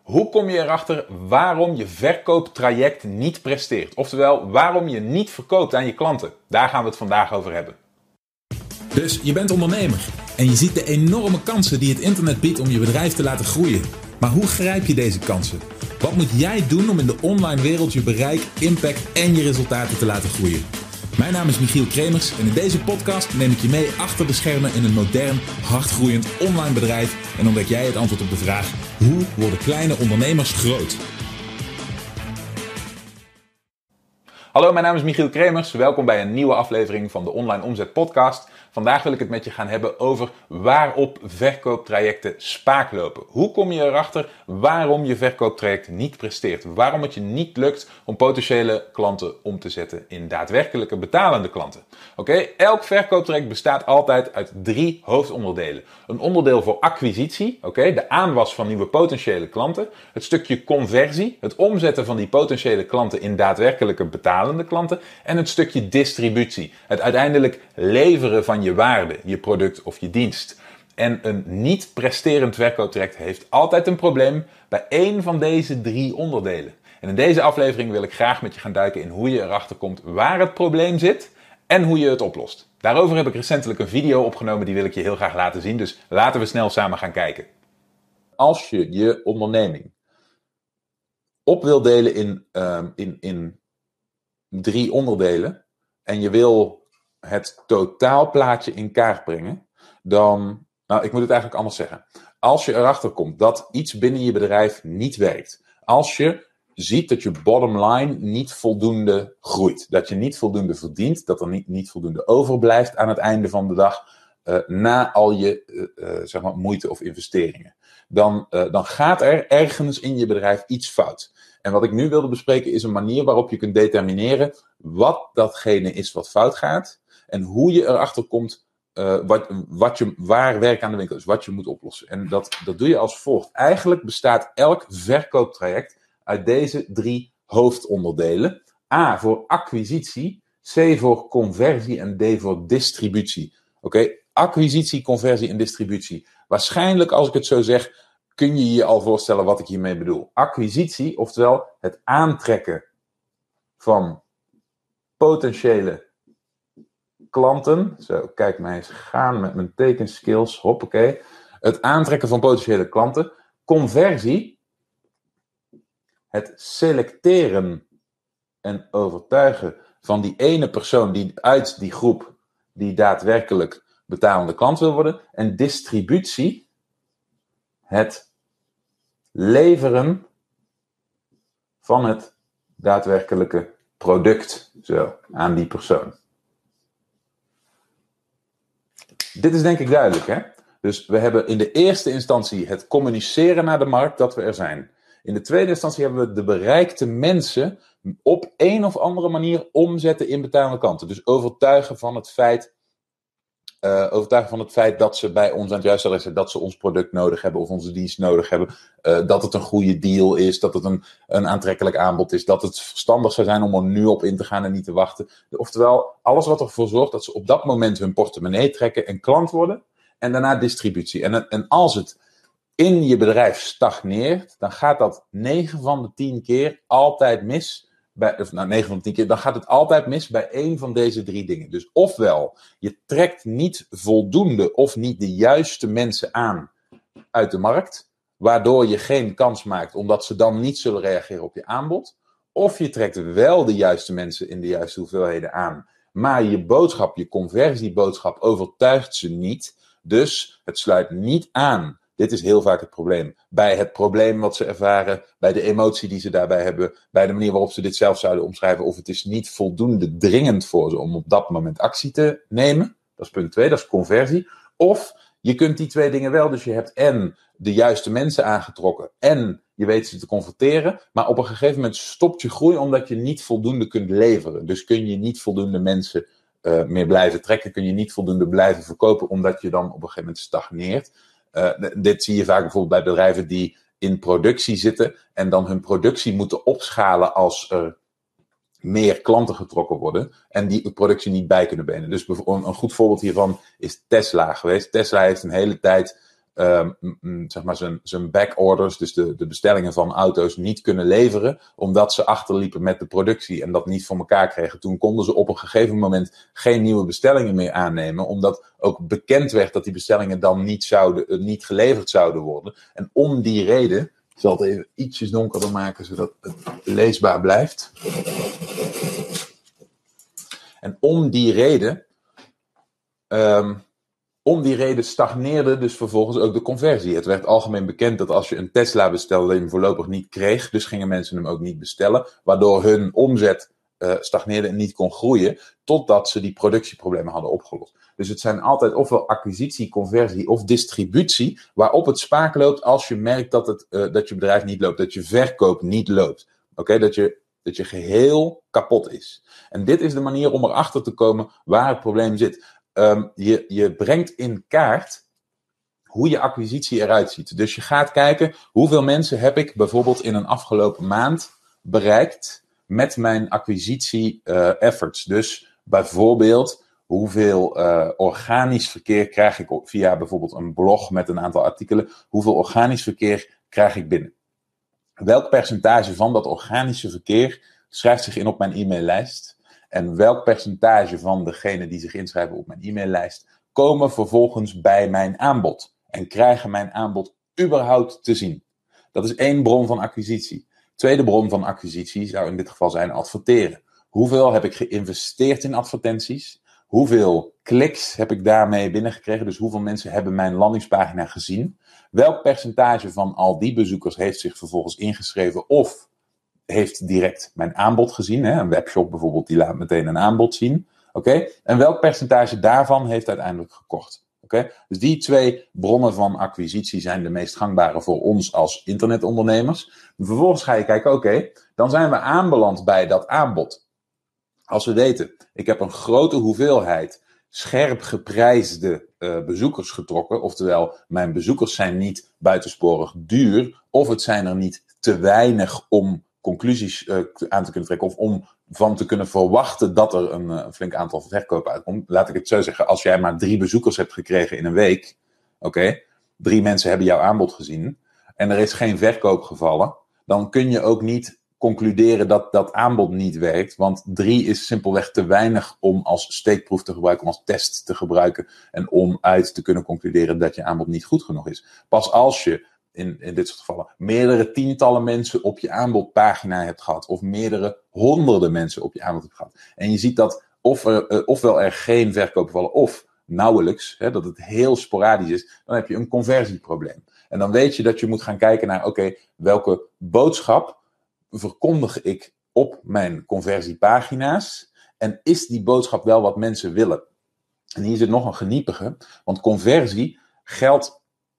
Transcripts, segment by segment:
Hoe kom je erachter waarom je verkooptraject niet presteert? Oftewel, waarom je niet verkoopt aan je klanten? Daar gaan we het vandaag over hebben. Dus je bent ondernemer en je ziet de enorme kansen die het internet biedt om je bedrijf te laten groeien. Maar hoe grijp je deze kansen? Wat moet jij doen om in de online wereld je bereik, impact en je resultaten te laten groeien? Mijn naam is Michiel Kremers en in deze podcast neem ik je mee achter de schermen in een modern, hardgroeiend online bedrijf en ontdek jij het antwoord op de vraag: hoe worden kleine ondernemers groot? Hallo, mijn naam is Michiel Kremers. Welkom bij een nieuwe aflevering van de Online Omzet Podcast. Vandaag wil ik het met je gaan hebben over waarop verkooptrajecten spaak lopen. Hoe kom je erachter waarom je verkooptraject niet presteert? Waarom het je niet lukt om potentiële klanten om te zetten in daadwerkelijke betalende klanten? Elk verkooptraject bestaat altijd uit 3 hoofdonderdelen. Een onderdeel voor acquisitie, de aanwas van nieuwe potentiële klanten. Het stukje conversie, het omzetten van die potentiële klanten in daadwerkelijke betalende klanten. En het stukje distributie, het uiteindelijk leveren van je waarde, je product of je dienst. En een niet presterend verkooptraject heeft altijd een probleem bij één van deze 3 onderdelen. En in deze aflevering wil ik graag met je gaan duiken in hoe je erachter komt waar het probleem zit en hoe je het oplost. Daarover heb ik recentelijk een video opgenomen, die wil ik je heel graag laten zien. Dus laten we snel samen gaan kijken. Als je je onderneming op wil delen in 3 onderdelen en je wil het totaalplaatje in kaart brengen, dan, ik moet het eigenlijk anders zeggen. Als je erachter komt dat iets binnen je bedrijf niet werkt, als je ziet dat je bottom line niet voldoende groeit, dat je niet voldoende verdient, dat er niet voldoende overblijft aan het einde van de dag, na al je moeite of investeringen, dan gaat er ergens in je bedrijf iets fout. En wat ik nu wilde bespreken is een manier waarop je kunt determineren wat datgene is wat fout gaat en hoe je erachter komt waar werk aan de winkel is, wat je moet oplossen. En dat doe je als volgt. Eigenlijk bestaat elk verkooptraject uit deze 3 hoofdonderdelen. A voor acquisitie, C voor conversie en D voor distributie. Acquisitie, conversie en distributie. Waarschijnlijk, als ik het zo zeg, kun je je al voorstellen wat ik hiermee bedoel. Acquisitie, oftewel het aantrekken van potentiële klanten. Zo, kijk mij eens gaan met mijn tekenskills. Hoppakee. Het aantrekken van potentiële klanten. Conversie, het selecteren en overtuigen van die ene persoon die uit die groep die daadwerkelijk betalende klant wil worden. En distributie, het leveren van het daadwerkelijke product aan die persoon. Dit is denk ik duidelijk, hè? Dus we hebben in de eerste instantie het communiceren naar de markt dat we er zijn. In de tweede instantie hebben we de bereikte mensen op een of andere manier omzetten in betalende klanten. Dus overtuigen van het feit dat ze bij ons aan het juiste adres zijn, dat ze ons product nodig hebben of onze dienst nodig hebben, dat het een goede deal is, dat het een aantrekkelijk aanbod is, dat het verstandig zou zijn om er nu op in te gaan en niet te wachten. Oftewel, alles wat ervoor zorgt dat ze op dat moment hun portemonnee trekken en klant worden en daarna distributie. En als het in je bedrijf stagneert, dan gaat dat 9 van de 10 keer altijd mis. 9 van de 10 keer, dan gaat het altijd mis bij één van deze 3 dingen. Dus ofwel, je trekt niet voldoende of niet de juiste mensen aan uit de markt, waardoor je geen kans maakt, omdat ze dan niet zullen reageren op je aanbod. Of je trekt wel de juiste mensen in de juiste hoeveelheden aan, maar je boodschap, je conversieboodschap overtuigt ze niet. Dus het sluit niet aan. Dit is heel vaak het probleem. Bij het probleem wat ze ervaren, bij de emotie die ze daarbij hebben, bij de manier waarop ze dit zelf zouden omschrijven, of het is niet voldoende dringend voor ze om op dat moment actie te nemen. Dat is punt 2, dat is conversie. Of je kunt die 2 dingen wel, dus je hebt en de juiste mensen aangetrokken en je weet ze te converteren, maar op een gegeven moment stopt je groei omdat je niet voldoende kunt leveren. Dus kun je niet voldoende mensen meer blijven trekken, kun je niet voldoende blijven verkopen, omdat je dan op een gegeven moment stagneert. Dit zie je vaak bijvoorbeeld bij bedrijven die in productie zitten en dan hun productie moeten opschalen als er meer klanten getrokken worden en die productie niet bij kunnen benen. Dus een goed voorbeeld hiervan is Tesla geweest. Tesla heeft een hele tijd zeg maar zijn backorders, dus de bestellingen van auto's, niet kunnen leveren, omdat ze achterliepen met de productie en dat niet voor elkaar kregen. Toen konden ze op een gegeven moment geen nieuwe bestellingen meer aannemen, omdat ook bekend werd dat die bestellingen dan niet geleverd zouden worden. En om die reden, ik zal het even ietsjes donkerder maken, zodat het leesbaar blijft. En om die reden stagneerde dus vervolgens ook de conversie. Het werd algemeen bekend dat als je een Tesla bestelde, dat je hem voorlopig niet kreeg. Dus gingen mensen hem ook niet bestellen. Waardoor hun omzet stagneerde en niet kon groeien. Totdat ze die productieproblemen hadden opgelost. Dus het zijn altijd ofwel acquisitie, conversie of distributie. Waarop het spaak loopt als je merkt dat je bedrijf niet loopt. Dat je verkoop niet loopt. Oké, dat je geheel kapot is. En dit is de manier om erachter te komen waar het probleem zit. Je brengt in kaart hoe je acquisitie eruit ziet. Dus je gaat kijken hoeveel mensen heb ik bijvoorbeeld in een afgelopen maand bereikt met mijn acquisitie efforts. Dus bijvoorbeeld hoeveel organisch verkeer krijg ik via bijvoorbeeld een blog met een aantal artikelen. Hoeveel organisch verkeer krijg ik binnen? Welk percentage van dat organische verkeer schrijft zich in op mijn e-maillijst? En welk percentage van degenen die zich inschrijven op mijn e-maillijst komen vervolgens bij mijn aanbod? En krijgen mijn aanbod überhaupt te zien? Dat is één bron van acquisitie. Tweede bron van acquisitie zou in dit geval zijn adverteren. Hoeveel heb ik geïnvesteerd in advertenties? Hoeveel kliks heb ik daarmee binnengekregen? Dus hoeveel mensen hebben mijn landingspagina gezien? Welk percentage van al die bezoekers heeft zich vervolgens ingeschreven of heeft direct mijn aanbod gezien? Hè? Een webshop bijvoorbeeld, die laat meteen een aanbod zien. Oké? En welk percentage daarvan heeft uiteindelijk gekocht? Oké? Dus die twee bronnen van acquisitie zijn de meest gangbare voor ons als internetondernemers. Vervolgens ga je kijken, oké, dan zijn we aanbeland bij dat aanbod. Als we weten, ik heb een grote hoeveelheid scherp geprijsde bezoekers getrokken, oftewel mijn bezoekers zijn niet buitensporig duur, of het zijn er niet te weinig om conclusies aan te kunnen trekken, of om van te kunnen verwachten dat er een flink aantal verkopen uitkomt. Laat ik het zo zeggen, als jij maar 3 bezoekers hebt gekregen in een week, oké, 3 mensen hebben jouw aanbod gezien, en er is geen verkoop gevallen, dan kun je ook niet concluderen dat dat aanbod niet werkt, want 3 is simpelweg te weinig om als steekproef te gebruiken, om als test te gebruiken en om uit te kunnen concluderen dat je aanbod niet goed genoeg is. Pas als je in dit soort gevallen meerdere tientallen mensen op je aanbodpagina hebt gehad, of meerdere honderden mensen op je aanbod hebt gehad, en je ziet dat ofwel er geen verkopen vallen, of nauwelijks, dat het heel sporadisch is, dan heb je een conversieprobleem. En dan weet je dat je moet gaan kijken naar, oké, welke boodschap verkondig ik op mijn conversiepagina's en is die boodschap wel wat mensen willen? En hier zit nog een geniepige, want conversie geldt,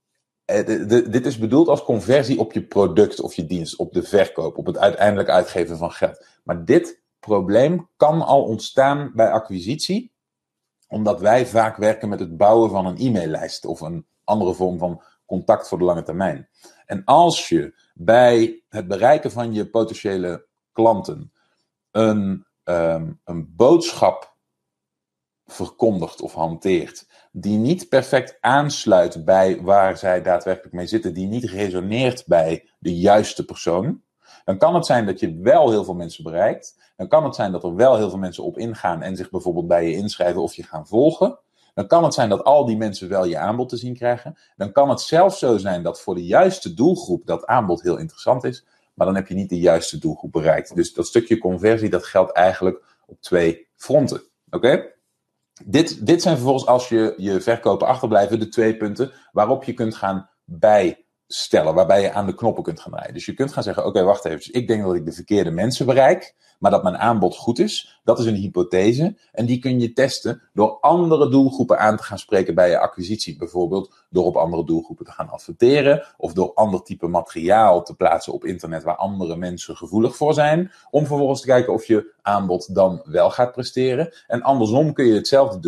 dit is bedoeld als conversie op je product of je dienst, op de verkoop, op het uiteindelijk uitgeven van geld. Maar dit probleem kan al ontstaan bij acquisitie, omdat wij vaak werken met het bouwen van een e-maillijst of een andere vorm van contact voor de lange termijn. En als je bij het bereiken van je potentiële klanten een boodschap verkondigt of hanteert die niet perfect aansluit bij waar zij daadwerkelijk mee zitten, die niet resoneert bij de juiste persoon, dan kan het zijn dat je wel heel veel mensen bereikt. Dan kan het zijn dat er wel heel veel mensen op ingaan en zich bijvoorbeeld bij je inschrijven of je gaan volgen. Dan kan het zijn dat al die mensen wel je aanbod te zien krijgen. Dan kan het zelfs zo zijn dat voor de juiste doelgroep dat aanbod heel interessant is. Maar dan heb je niet de juiste doelgroep bereikt. Dus dat stukje conversie, dat geldt eigenlijk op 2 fronten. Oké? Dit zijn vervolgens, als je verkopen achterblijven, de 2 punten waarop je kunt gaan bijstellen. Waarbij je aan de knoppen kunt gaan draaien. Dus je kunt gaan zeggen, oké, wacht even. Ik denk dat ik de verkeerde mensen bereik. Maar dat mijn aanbod goed is, dat is een hypothese. En die kun je testen door andere doelgroepen aan te gaan spreken bij je acquisitie. Bijvoorbeeld door op andere doelgroepen te gaan adverteren. Of door ander type materiaal te plaatsen op internet waar andere mensen gevoelig voor zijn. Om vervolgens te kijken of je aanbod dan wel gaat presteren. En andersom kun je hetzelfde doen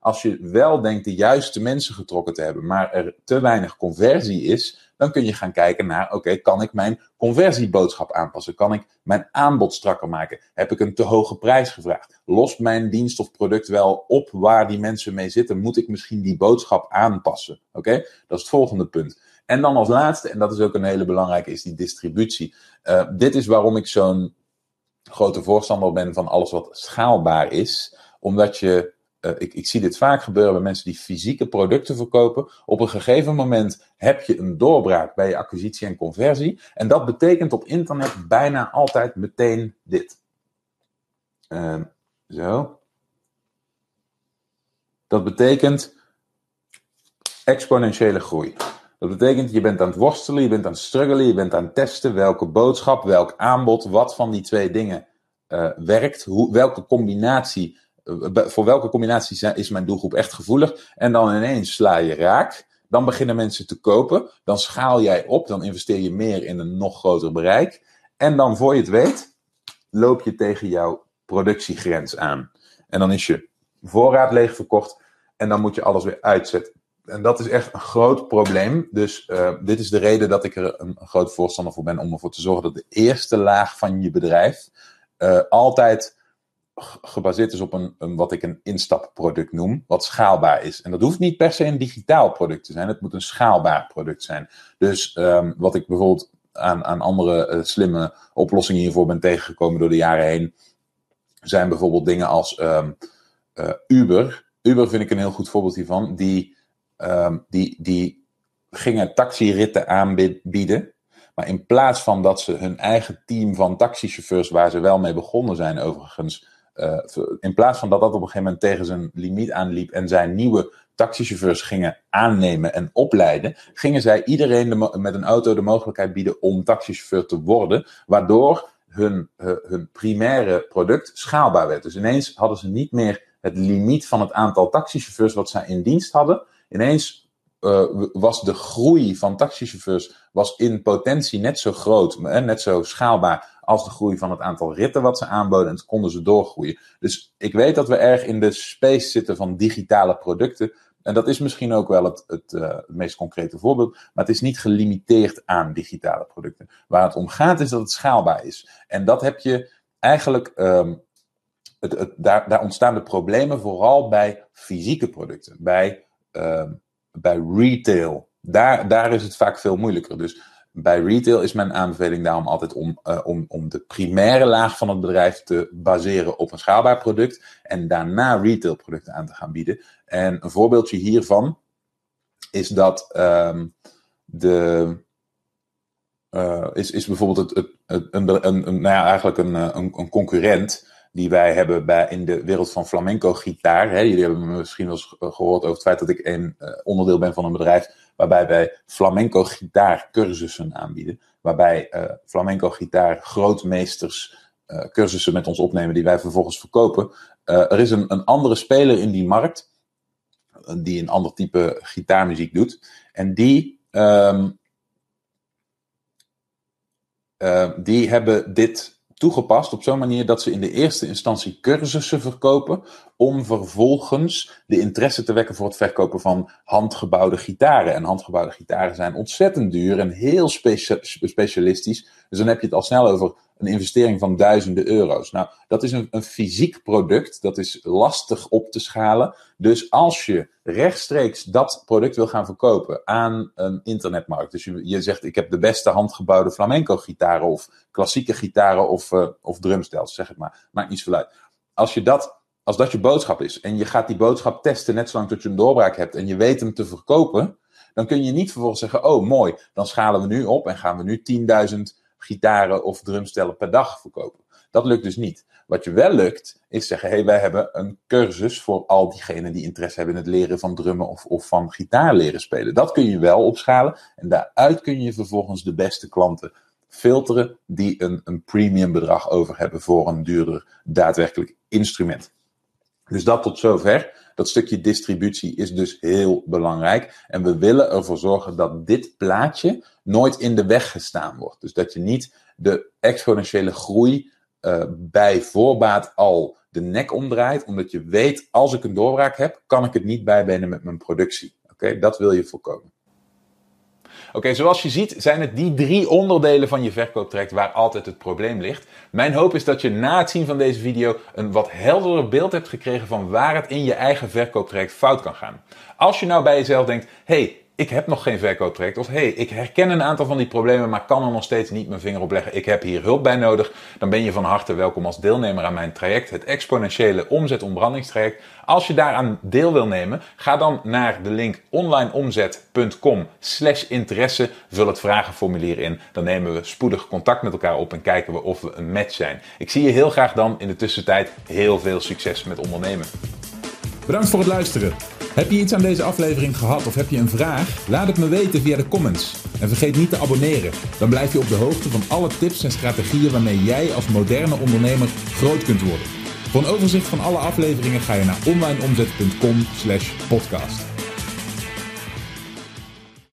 Als je wel denkt de juiste mensen getrokken te hebben, maar er te weinig conversie is, dan kun je gaan kijken naar, oké, kan ik mijn conversieboodschap aanpassen? Kan ik mijn aanbod strakker maken? Heb ik een te hoge prijs gevraagd? Lost mijn dienst of product wel op waar die mensen mee zitten? Moet ik misschien die boodschap aanpassen? Oké? Dat is het volgende punt. En dan als laatste, en dat is ook een hele belangrijke, is die distributie. Dit is waarom ik zo'n grote voorstander ben van alles wat schaalbaar is. Omdat je, ik zie dit vaak gebeuren bij mensen die fysieke producten verkopen. Op een gegeven moment heb je een doorbraak bij je acquisitie en conversie. En dat betekent op internet bijna altijd meteen dit. Zo. Dat betekent exponentiële groei. Dat betekent, je bent aan het worstelen, je bent aan het struggelen, je bent aan het testen welke boodschap, welk aanbod, wat van die twee dingen werkt, welke combinatie, voor welke combinatie is mijn doelgroep echt gevoelig, en dan ineens sla je raak, dan beginnen mensen te kopen, dan schaal jij op, dan investeer je meer in een nog groter bereik, en dan voor je het weet, loop je tegen jouw productiegrens aan. En dan is je voorraad leeg verkocht, en dan moet je alles weer uitzetten. En dat is echt een groot probleem. Dus dit is de reden dat ik er een groot voorstander voor ben. Om ervoor te zorgen dat de eerste laag van je bedrijf altijd gebaseerd is op een wat ik een instapproduct noem. Wat schaalbaar is. En dat hoeft niet per se een digitaal product te zijn. Het moet een schaalbaar product zijn. Dus wat ik bijvoorbeeld aan andere slimme oplossingen hiervoor ben tegengekomen door de jaren heen. Zijn bijvoorbeeld dingen als Uber. Uber vind ik een heel goed voorbeeld hiervan. Die gingen taxiritten aanbieden. Maar in plaats van dat ze hun eigen team van taxichauffeurs, waar ze wel mee begonnen zijn overigens, in plaats van dat op een gegeven moment tegen zijn limiet aanliep en zij nieuwe taxichauffeurs gingen aannemen en opleiden, gingen zij iedereen met een auto de mogelijkheid bieden om taxichauffeur te worden, waardoor hun primaire product schaalbaar werd. Dus ineens hadden ze niet meer het limiet van het aantal taxichauffeurs wat zij in dienst hadden. Ineens was de groei van taxichauffeurs in potentie net zo groot, net zo schaalbaar als de groei van het aantal ritten wat ze aanboden, en konden ze doorgroeien. Dus ik weet dat we erg in de space zitten van digitale producten, en dat is misschien ook wel het meest concrete voorbeeld, maar het is niet gelimiteerd aan digitale producten. Waar het om gaat is dat het schaalbaar is. En dat heb je eigenlijk, daar ontstaan de problemen vooral bij fysieke producten, bij retail. Daar is het vaak veel moeilijker. Dus bij retail is mijn aanbeveling daarom altijd om de primaire laag van het bedrijf te baseren op een schaalbaar product en daarna retailproducten aan te gaan bieden. En een voorbeeldje hiervan is dat is bijvoorbeeld een concurrent die wij hebben in de wereld van flamenco gitaar. Jullie hebben me misschien wel eens gehoord over het feit dat ik een onderdeel ben van een bedrijf waarbij wij flamenco gitaar cursussen aanbieden. Waarbij flamenco gitaar grootmeesters cursussen met ons opnemen die wij vervolgens verkopen. Er is een andere speler in die markt die een ander type gitaarmuziek doet. En die hebben dit toegepast op zo'n manier dat ze in de eerste instantie cursussen verkopen om vervolgens de interesse te wekken voor het verkopen van handgebouwde gitaren. En handgebouwde gitaren zijn ontzettend duur en heel specialistisch. Dus dan heb je het al snel over een investering van duizenden euro's. Nou, dat is een fysiek product. Dat is lastig op te schalen. Dus als je rechtstreeks dat product wil gaan verkopen aan een internetmarkt. Dus je zegt, ik heb de beste handgebouwde flamenco gitaren of klassieke gitaren of drumstels, zeg het maar. Maakt niet zoveel uit. Als dat je boodschap is en je gaat die boodschap testen net zolang tot je een doorbraak hebt en je weet hem te verkopen, dan kun je niet vervolgens zeggen, oh mooi, dan schalen we nu op en gaan we nu 10.000 gitaren of drumstellen per dag verkopen. Dat lukt dus niet. Wat je wel lukt, is zeggen, hey, wij hebben een cursus voor al diegenen die interesse hebben in het leren van drummen of van gitaar leren spelen. Dat kun je wel opschalen en daaruit kun je vervolgens de beste klanten filteren die een premium bedrag over hebben voor een duurder daadwerkelijk instrument. Dus dat tot zover. Dat stukje distributie is dus heel belangrijk. En we willen ervoor zorgen dat dit plaatje nooit in de weg gestaan wordt. Dus dat je niet de exponentiële groei bij voorbaat al de nek omdraait, omdat je weet, als ik een doorbraak heb, kan ik het niet bijbenen met mijn productie. Oké, dat wil je voorkomen. Oké, zoals je ziet zijn het die 3 onderdelen van je verkooptraject waar altijd het probleem ligt. Mijn hoop is dat je na het zien van deze video een wat helderder beeld hebt gekregen van waar het in je eigen verkooptraject fout kan gaan. Als je nou bij jezelf denkt, hey, ik heb nog geen verkooptraject, of hey, ik herken een aantal van die problemen, maar kan er nog steeds niet mijn vinger op leggen, ik heb hier hulp bij nodig, dan ben je van harte welkom als deelnemer aan mijn traject, het exponentiële omzet-ontbrandingstraject. Als je daaraan deel wil nemen, ga dan naar de link onlineomzet.com/interesse, vul het vragenformulier in, dan nemen we spoedig contact met elkaar op en kijken we of we een match zijn. Ik zie je heel graag dan. In de tussentijd heel veel succes met ondernemen. Bedankt voor het luisteren. Heb je iets aan deze aflevering gehad of heb je een vraag? Laat het me weten via de comments. En vergeet niet te abonneren. Dan blijf je op de hoogte van alle tips en strategieën waarmee jij als moderne ondernemer groot kunt worden. Voor een overzicht van alle afleveringen ga je naar onlineomzet.com/podcast.